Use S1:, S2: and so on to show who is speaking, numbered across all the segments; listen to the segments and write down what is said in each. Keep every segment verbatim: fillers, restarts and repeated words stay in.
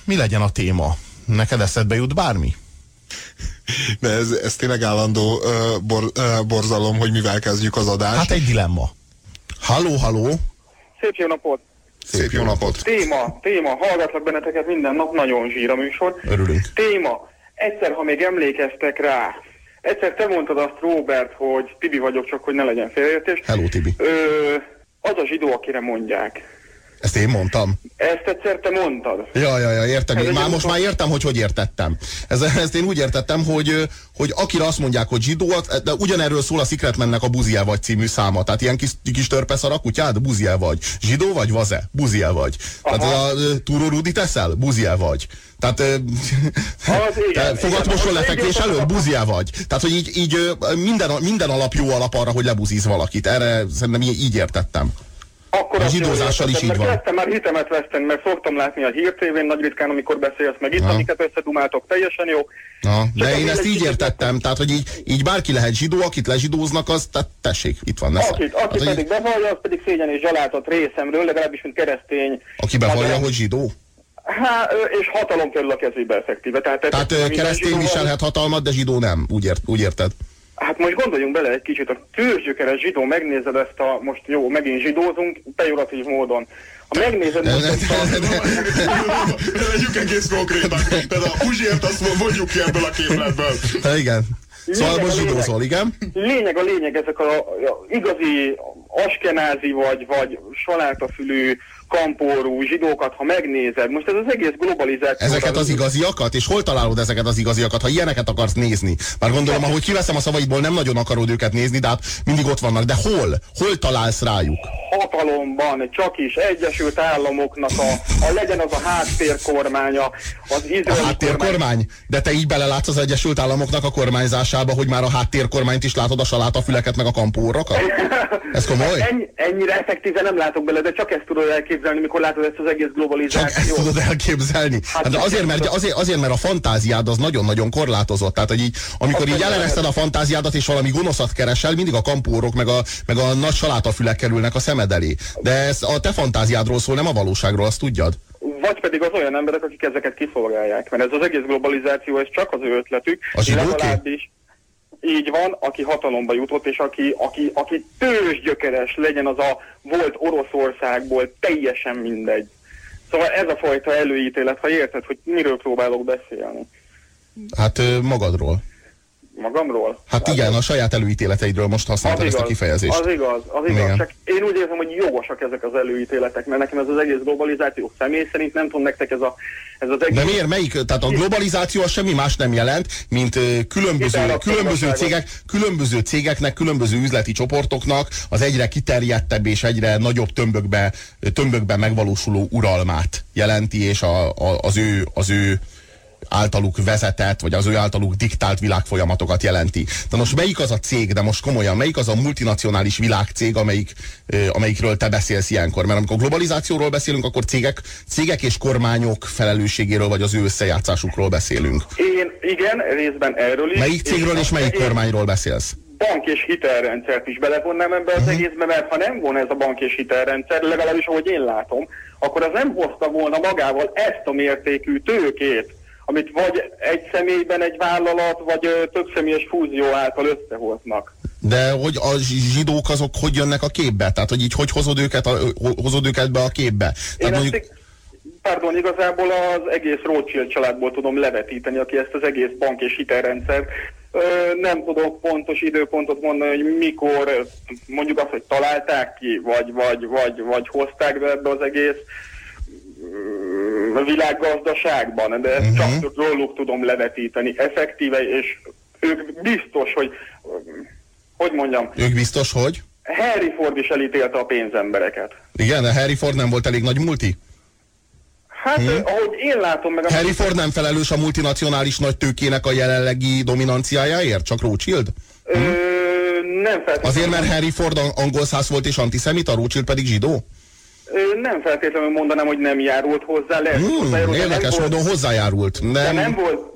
S1: mi legyen a téma? Neked eszedbe jut bármi?
S2: De ez, ez tényleg állandó uh, bor, uh, borzalom, hogy mivel kezdjük az adást.
S1: Hát egy dilemma. Halló, halló.
S3: Szép jó napot!
S2: Szép jó napot!
S3: Téma, téma, hallgatlak benneteket minden nap, nagyon zsír a műsor.
S1: Örülünk.
S3: Téma, egyszer, ha még emlékeztek rá, egyszer te mondtad azt, Róbert, hogy Tibi vagyok, csak hogy ne legyen félreértés.
S1: Hello, Tibi.
S3: Ö, az a zsidó, akire mondják.
S1: Ezt én mondtam?
S3: Ezt egyszer te mondtad.
S1: Ja, ja, ja, értem. Én már most
S3: mondom.
S1: már értem, hogy hogy értettem. Ez, ezt én úgy értettem, hogy, hogy akire azt mondják, hogy zsidó, de ugyanerről szól a Secretmannek a Buziel vagy című száma. Tehát ilyen kis, kis törpeszar a kutyád, Buziel vagy. Zsidó vagy, vaze? Buziel vagy. Aha. Tehát a Túró Rudit eszel? Buziel vagy. Tehát te fogatmosol lefekvés előtt? Buziel vagy. Tehát, hogy így, így minden, minden alap jó alap arra, hogy lebuzíz valakit. Erre szerintem így, így értettem.
S3: Akkor
S1: a zsidózással is így van.
S3: Kezdtem már hitemet veszteni, mert szoktam látni a hírtévén nagy ritkán, amikor beszélsz meg itt, ha. amiket összedumáltok, teljesen jó.
S1: Na, de én ezt így értettem, tehát, hogy így, így bárki lehet zsidó, akit lezsidóznak, az, tehát tessék, itt van. Nesze.
S3: Akit, aki hát, pedig így... bevallja, az pedig szégyen és zsalátot részemről, legalábbis mint keresztény.
S1: Aki bevallja, hogy zsidó?
S3: Hát, és hatalom kerül a kezébe effektíve. Tehát,
S1: tehát keresztény viselhet hatalmat, de zsidó nem, úgy, ért, úgy érted?
S3: Hát most gondoljunk bele egy kicsit, a tőzsgyökeres zsidó, megnézed ezt a, most jó, megint zsidózunk, pejoratív módon. Ha megnézed most ezt a...
S2: Legyünk egész konkrétak, tehát a Uzsért azt mondjuk ki ebből a képletből.
S1: Igen. Szóval most zsidózol, igen?
S3: Lényeg a lényeg, ezek a, a igazi askenázi vagy, vagy salátafülű, kampórú zsidókat, ha megnézed, most ez az egész globalizáció...
S1: Ezeket az igaziakat? És hol találod ezeket az igaziakat, ha ilyeneket akarsz nézni? Már gondolom, ahogy kiveszem a szavaidból, nem nagyon akarod őket nézni, de hát mindig ott vannak. De hol? Hol találsz rájuk?
S3: Hatalomban, csak is Egyesült Államoknak a, a legyen az a háttérkormánya, az izraeli
S1: A háttérkormány? De te így belelátsz az Egyesült Államoknak a kormányzásába, hogy már a háttérkormányt is látod, a salátafüleket meg a kampórakat? Ez komoly?
S3: Ennyi, ennyire effektíven nem látok bele, de csak ezt tudod elképzelni, mikor látod ezt az egész globalizációt.
S1: Csak ezt tudod elképzelni? Hát, hát azért, mert, azért, azért, mert a fantáziád az nagyon-nagyon korlátozott. Tehát, hogy így, amikor így elereszted a fantáziádat, és valami gonoszat keresel, mindig a kampórok, meg a, meg a nagy salátafülek kerülnek a szemed elé. De ez a te fantáziádról szól, nem a valóságról, azt tudjad?
S3: Vagy pedig az olyan emberek, akik ezeket kiszolgálják. Mert ez az egész globalizáció, ez csak az ő ötletük.
S1: A zsidóké?
S3: Legalábbis így van, aki hatalomba jutott, és aki, aki, aki tőzsgyökeres, legyen az a volt Oroszországból, teljesen mindegy. Szóval ez a fajta előítélet, ha érted, hogy miről próbálok beszélni.
S1: Hát magadról.
S3: Magamról?
S1: Hát igen, a saját előítéleteidről most használtad ezt a kifejezést.
S3: Az igaz, az igaz. Igen. Csak én úgy érzem, hogy jogosak ezek az előítéletek, mert nekem ez az egész globalizáció személy szerint, nem tudom nektek ez, a, ez az egész...
S1: De miért? Melyik? Tehát a globalizáció az semmi más nem jelent, mint különböző, különböző, cégek, különböző cégeknek, különböző üzleti csoportoknak az egyre kiterjedtebb és egyre nagyobb tömbökbe, tömbökbe megvalósuló uralmát jelenti, és a, a, az ő... Az ő általuk vezetett, vagy az ő általuk diktált világfolyamatokat jelenti. De most melyik az a cég, de most komolyan, melyik az a multinacionális világcég, amelyik, amelyikről te beszélsz ilyenkor? Mert amikor globalizációról beszélünk, akkor cégek, cégek és kormányok felelősségéről, vagy az ő összejátszásukról beszélünk.
S3: Én igen, részben erről is.
S1: Melyik cégről és, és melyik egész... kormányról beszélsz?
S3: Bank és hitelrendszert is belevonnám ebbe az uh-huh. egészbe, mert ha nem volna ez a bank és hitelrendszer, legalábbis ahogy én látom, akkor az nem hozta volna magával ezt a mértékű tőkét, amit vagy egy személyben egy vállalat, vagy ö, több személyes fúzió által összehoznak.
S1: De hogy a zsidók azok hogy jönnek a képbe? Tehát, hogy így hogy hozod őket, a, hozod őket be a képbe? Tehát
S3: Én
S1: mondjuk...
S3: ezt, pardon, igazából az egész Rothschild családból tudom levetíteni, aki ezt az egész bank és hitelrendszer. Ö, nem tudok pontos időpontot mondani, hogy mikor, mondjuk azt, hogy találták ki, vagy, vagy, vagy, vagy hozták be ebbe az egész a világgazdaságban, de ezt uh-huh. csak róluk tudom levetíteni effektíve, és ők biztos, hogy hogy mondjam...
S1: Ők biztos, hogy?
S3: Henry Ford is elítélte a pénzembereket.
S1: Igen, de Henry Ford nem volt elég nagy multi?
S3: Hát, hmm. ahogy én látom meg...
S1: Henry Ford nem felelős a multinacionális nagy tőkének a jelenlegi dominanciájáért? Csak Rothschild?
S3: Ö,
S1: hmm?
S3: Nem feltétlenül.
S1: Azért, mert Henry Ford angol száz volt és antiszemita, Rothschild pedig zsidó?
S3: Nem feltétlenül mondanám, hogy nem járult hozzá. Lehet,
S1: hmm,
S3: hozzájárult,
S1: érdekes
S3: módon
S1: hozzájárult. Nem.
S3: De nem volt,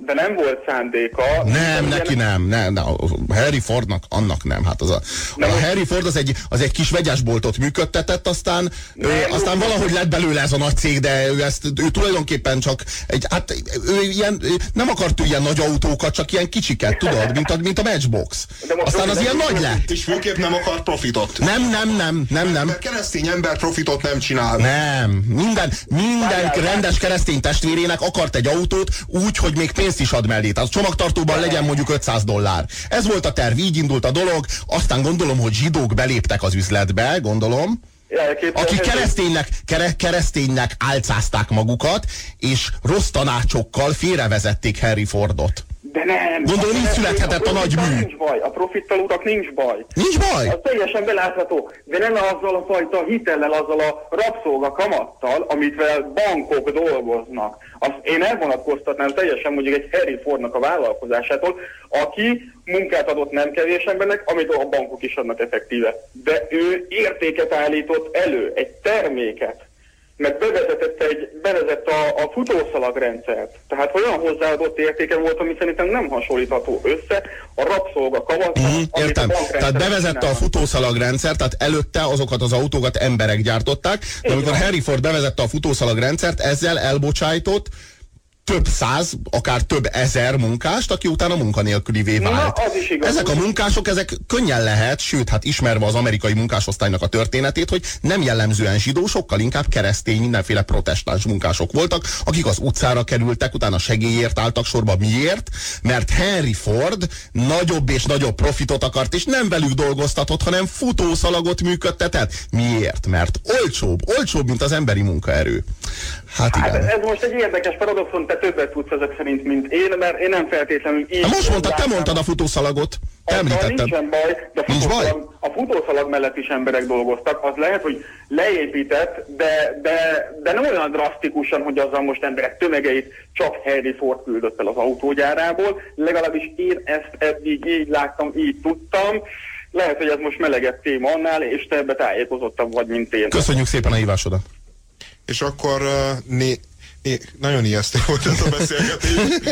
S3: de nem volt szándéka.
S1: Nem, neki nem, nem, nem. Harry Fordnak annak nem. Hát az a, a Harry Ford az egy, az egy kis vegyesboltot működtetett, aztán, nem, ő, aztán valahogy lett belőle ez a nagy cég, de ő, ezt, ő tulajdonképpen csak egy, hát ő ilyen, nem akart ő ilyen nagy autókat, csak ilyen kicsiket, tudod, mint a, mint a Matchbox. Aztán az ilyen nagy lett.
S2: És főképp nem akar profitot.
S1: Nem, nem, nem, nem, nem.
S2: Mert keresztény ember profitot nem csinál.
S1: Nem, minden, minden rendes keresztény testvérének akart egy autót úgy, hogy még pénzt is ad mellé. Tehát a csomagtartóban legyen mondjuk ötszáz dollár. Ez volt a terv, így indult a dolog, aztán gondolom, hogy zsidók beléptek az üzletbe, gondolom, akik kereszténynek, kere, kereszténynek álcázták magukat, és rossz tanácsokkal félrevezették Harry Fordot.
S3: De nem.
S1: Gondolom, így születhetett a, a nagy mű.
S3: Nincs baj, a profittal urak nincs baj.
S1: Nincs baj?
S3: Az teljesen belátható, de nem azzal a fajta hitellel, azzal a rabszolga kamattal, amitvel bankok dolgoznak. Azt én elvonatkoztatnám teljesen mondjuk egy Harry Fordnak a vállalkozásától, aki munkát adott nem kevés embernek, amit a bankok is adnak effektíve. De ő értéket állított elő, egy terméket. Mert bevezetett, egy, bevezett a, a futószalagrendszert. Tehát olyan hozzáadott értéke volt, ami szerintem nem hasonlítható össze a rabszolga kamattal.
S1: Mm, értem. Tehát bevezette a futószalagrendszert, tehát előtte azokat az autókat emberek gyártották, de amikor Harry Ford bevezette a futószalagrendszert, ezzel elbocsájtott több száz, akár több ezer munkást, aki utána munkanélkülivé vált. Na, ezek a munkások, ezek könnyen lehet, sőt, hát ismerve az amerikai munkásosztálynak a történetét, hogy nem jellemzően zsidó, sokkal inkább keresztény, mindenféle protestáns munkások voltak, akik az utcára kerültek, utána segélyért álltak sorba. Miért? Mert Henry Ford nagyobb és nagyobb profitot akart, és nem velük dolgoztatott, hanem futószalagot működtetett. Miért? Mert olcsóbb, olcsóbb, mint az emberi munkaerő. Hát igen.
S3: Hát ez most egy érdekes paradoxon, te többet tudsz ezek szerint, mint én, mert én nem feltétlenül így...
S1: Most mondtad, te mondtad a futószalagot. Te említetted.
S3: Nincsen baj, de a futószalag, a futószalag mellett is emberek dolgoztak. Az lehet, hogy leépített, de, de, de nem olyan drasztikusan, hogy azzal most emberek tömegeit csak Harry Ford küldött el az autógyárából. Legalábbis én ezt eddig így láttam, így tudtam. Lehet, hogy ez most melegebb téma annál, és te ebbe tájékozottabb vagy, mint én.
S1: Köszönjük szépen a hívásodat.
S2: És akkor uh, né, né, nagyon ijesztő volt ez a beszélgetés.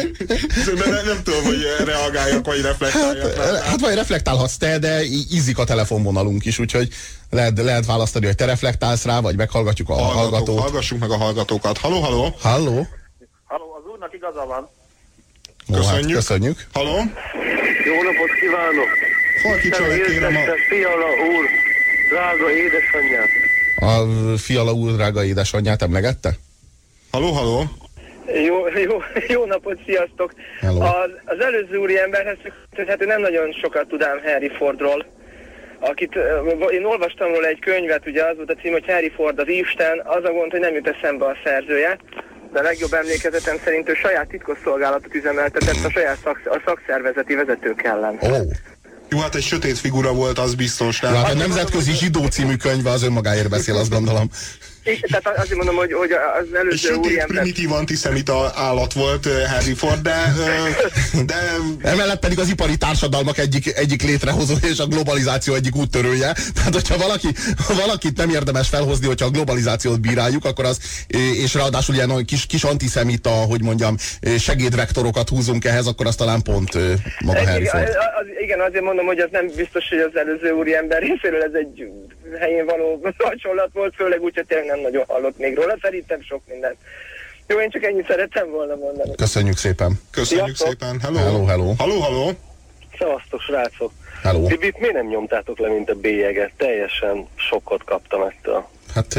S2: nem, nem tudom, hogy reagáljak, vagy reflektáljak.
S1: Hát, hát vagy reflektálhatsz te, de ízik a telefonvonalunk is, úgyhogy lehet, lehet választani, hogy te reflektálsz rá, vagy meghallgatjuk a Hallgatók, hallgatót.
S2: Hallgassuk meg a hallgatókat. Halló, halló!
S1: Halló!
S3: Halló, az úrnak igaza van.
S2: Köszönjük.
S1: Hát, köszönjük.
S2: Halló!
S3: Jó napot kívánok!
S2: Hol kicsolják, kérem a...
S3: Fiala úr, drága édesanyját.
S1: A Fiala úr drága édesanyját emlegette?
S2: Halló, halló!
S4: Jó, jó, jó napot, sziasztok! Az, az előző úri emberhez, hát én nem nagyon sokat tudám Harry Fordról, akit, én olvastam róla egy könyvet, ugye az volt a cím, hogy Harry Ford az Isten, az a gond, hogy nem jut eszembe a szerzője, de a legjobb emlékezetem szerint ő saját titkosszolgálatot üzemeltetett a saját szak, a szakszervezeti vezetők ellen.
S1: Oh.
S2: Jó, hát egy sötét figura volt, az biztos. Nem?
S1: Hát a Nemzetközi Zsidó című könyve az önmagáért beszél, azt gondolom.
S4: És, tehát azért mondom, hogy, hogy az előző úri ember...
S2: primitív antiszemita állat volt Harry Ford, de, de...
S1: Emellett pedig az ipari társadalmak egyik, egyik létrehozó és a globalizáció egyik úttörője. Tehát, hogyha valaki, valakit nem érdemes felhozni, hogyha a globalizációt bíráljuk, akkor az, és ráadásul ilyen kis, kis antiszemita, hogy mondjam, segédvektorokat húzunk ehhez, akkor az talán pont maga
S4: egy,
S1: Harry Ford.
S4: Az, az, igen, azért mondom, hogy az nem biztos, hogy az előző úri ember részéről ez egy helyén való hasonlat volt, főleg úgy, hogy tényleg nem nagyon hallott még róla, szerintem sok mindent. Jó, én csak ennyit szerettem volna mondani.
S1: Köszönjük szépen.
S2: Köszönjük
S4: Sziasztok.
S2: szépen. Hello.
S1: Hello, hello.
S2: Hello, hello.
S5: Szevasztok, srácok.
S1: Hello.
S5: Bibit miért nem nyomtátok le, mint a bélyeget? Teljesen sokkot kaptam ettől.
S1: Hát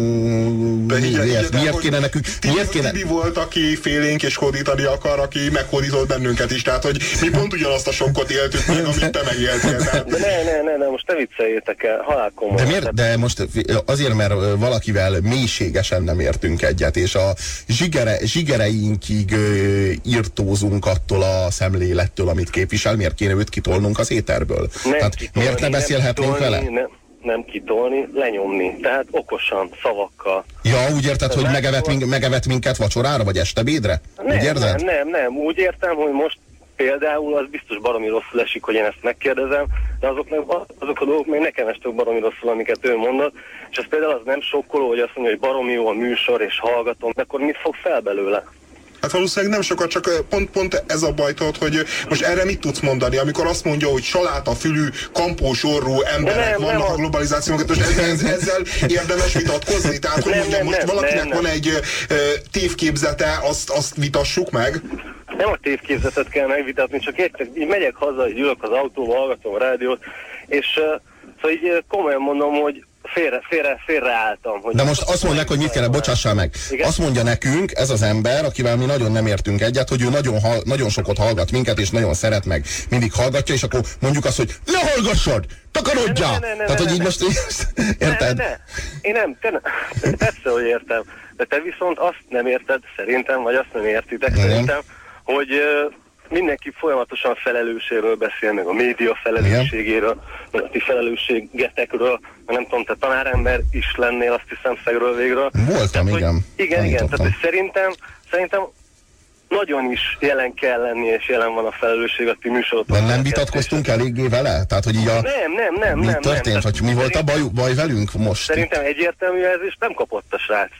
S1: um,
S2: De
S1: miért,
S2: miért,
S1: miért kéne nekünk? Miért kéne?
S2: Tibi volt, aki félénk és hódítani akar, aki meghódított bennünket is. Tehát, hogy mi pont ugyanazt a sokkot éltük meg, amit te megéltél. Tehát...
S5: De ne, ne, ne, ne, most ne vicceljétek el, halál komoly.
S1: De miért? De most azért, mert valakivel mélységesen nem értünk egyet, és a zsigere, zsigereinkig írtózunk attól a szemlélettől, amit képvisel, miért kéne őt kitolnunk az éterből?
S5: Nem
S1: Tehát
S5: kitolni,
S1: miért ne beszélhetnénk
S5: kitolni,
S1: vele?
S5: Nem, nem kitolni, lenyomni. Tehát okosan, szavakkal.
S1: Ja, úgy érted, hogy megevet, mink, megevet minket vacsorára, vagy estebédre?
S5: Nem,
S1: úgy érzed?
S5: nem, nem, nem. Úgy értem, hogy most például az biztos baromi rosszul esik, hogy én ezt megkérdezem, de azoknak, azok a dolgok még nekem estek baromi rosszul, amiket ő mondott, és ez például az nem sokkoló, hogy azt mondja, hogy baromi jó a műsor, és hallgatom, de akkor mit fog fel belőle?
S2: Hát Hát valószínűleg nem sokat, csak pont, pont ez a baj, tudod, hogy most erre mit tudsz mondani, amikor azt mondja, hogy salátafülű, kampós orrú emberek nem, vannak nem, a globalizációnak, most ezzel, ezzel érdemes vitatkozni? Tehát, hogy
S5: nem,
S2: mondjam,
S5: nem,
S2: most
S5: nem,
S2: valakinek
S5: nem, nem.
S2: van egy uh, tévképzete, azt, azt vitassuk meg?
S5: Nem a tévképzetet kell megvitatni, csak értek, így megyek haza, így ülök az autóba, hallgatom a rádiót, és uh, szóval így komolyan mondom, hogy félre, félre, félreálltam. Hogy
S1: de most azt mondják, hogy mit kell, bocsássál meg. Igen? Azt mondja nekünk, ez az ember, akivel mi nagyon nem értünk egyet, hogy ő nagyon, hall, nagyon sokat hallgat minket, és nagyon szeret meg, mindig hallgatja, és akkor mondjuk azt, hogy ne hallgassad, takarodjál! Ne, ne, ne, ne, Tehát, hogy így ne, most érted?
S5: Ne, ne, ne. Én nem, te ne. Persze, hogy értem. De te viszont azt nem érted, szerintem, vagy azt nem értitek, igen. Szerintem, hogy uh, mindenki folyamatosan felelősségről beszél, meg a média felelősségéről, meg a ti felelősségetekről, nem tudom, te tanárember is lennél, azt hiszem, szegről végről.
S1: Voltam,
S5: tehát,
S1: igen.
S5: Hogy, igen, igen, tehát hogy szerintem, szerintem nagyon is jelen kell lenni, és jelen van a felelősség a ti műsorotokon.
S1: De nem vitatkoztunk eléggé vele? Tehát, hogy így a...
S5: Nem, nem, nem.
S1: Mi
S5: nem,
S1: történt?
S5: nem,
S1: Vagy mi volt a baj, baj velünk most?
S5: Szerintem egyértelmű jelzést nem kapott a srác.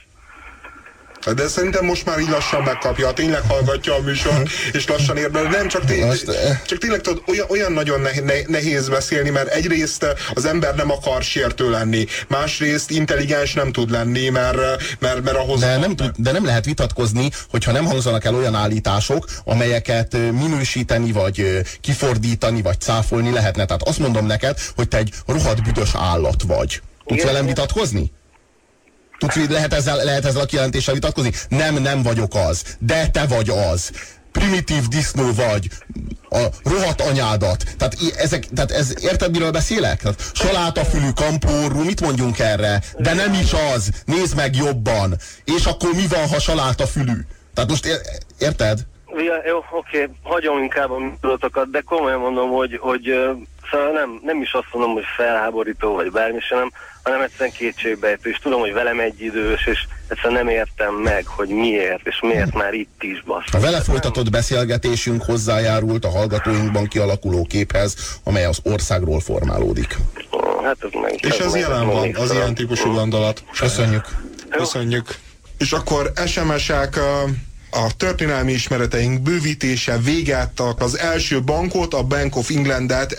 S2: De szerintem most már így lassan megkapja, tényleg hallgatja a műsor, és lassan ér be. Nem, csak, té most, csak tényleg tudod, olyan, olyan nagyon nehéz beszélni, mert egyrészt az ember nem akar sértő lenni, másrészt intelligens nem tud lenni, mert, mert, mert ahhoz...
S1: De nem, tud, de nem lehet vitatkozni, hogyha nem hangzanak el olyan állítások, amelyeket minősíteni, vagy kifordítani, vagy cáfolni lehetne. Tehát azt mondom neked, hogy te egy rohadt büdös állat vagy. Tudsz velem vitatkozni? Tudsz, lehet ezzel, lehet ezzel a kijelentéssel vitatkozni? Nem, nem vagyok az. De te vagy az. Primitív disznó vagy. A rohadt anyádat. Tehát, ezek, tehát ez, érted, miről beszélek? Tehát salátafülű, kampórú, mit mondjunk erre? De nem is az. Nézd meg jobban. És akkor mi van, ha salátafülű? Tehát most ér, érted?
S5: Ja, jó, oké, hagyom inkább a műsorotokat, de komolyan mondom, hogy, hogy szóval nem, nem is azt mondom, hogy felháborító, vagy bármi sem, nem, hanem egyszerűen kétségbejtő, és tudom, hogy velem egy idős, és egyszerűen nem értem meg, hogy miért, és miért már itt is basz.
S1: A vele folytatott beszélgetésünk hozzájárult a hallgatóinkban kialakuló képhez, amely az országról formálódik.
S5: Hát ez meg,
S2: és ez, ez jelen van, az ilyen típusú gondolat.
S1: Köszönjük.
S2: Köszönjük. És akkor es em es-ek... A történelmi ismereteink bővítése véget, az első bankot, a Bank of Englandet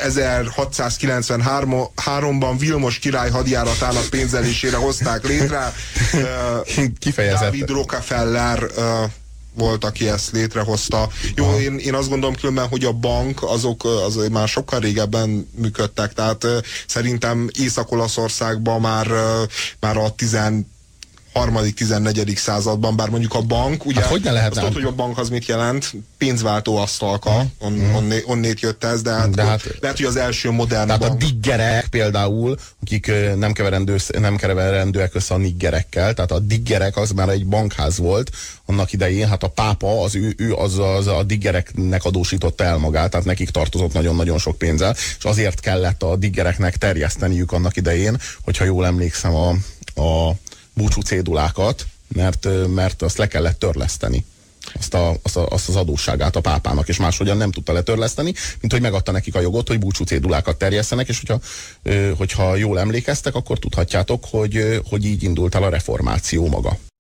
S2: ezerhatszázkilencvenháromban Vilmos király hadjáratának pénzelésére hozták létre.
S1: Kifejezetten.
S2: David Rockefeller volt, aki ezt létrehozta. Jó, én, én azt gondolom különben, hogy a bank azok az már sokkal régebben működtek, tehát szerintem Észak-Olaszországban már, már a tizen harmadik, tizennegyedik században, bár mondjuk a bank, ugye,
S1: hát hogy ne lehet,
S2: azt tudod, hogy a bank az mit jelent? Pénzváltó asztalka, on, mm. onné, onnét jött ez, de, hát, de hát lehet, hogy az első modern
S1: tehát
S2: bank.
S1: A diggerek például, akik nem, keverendő, nem keverendőek össze a niggerekkel, tehát a diggerek az már egy bankház volt annak idején, hát a pápa az ő, ő az, az a diggereknek adósította el magát, tehát nekik tartozott nagyon-nagyon sok pénzzel, és azért kellett a diggereknek terjeszteniük annak idején, hogyha jól emlékszem a, a búcsú cédulákat, mert, mert azt le kellett törleszteni. Azt, a, azt, a, azt az adósságát a pápának, és máshogyan nem tudta letörleszteni, mint hogy megadta nekik a jogot, hogy búcsú cédulákat terjesszenek, és hogyha, hogyha jól emlékeztek, akkor tudhatjátok, hogy, hogy így indult el a reformáció maga.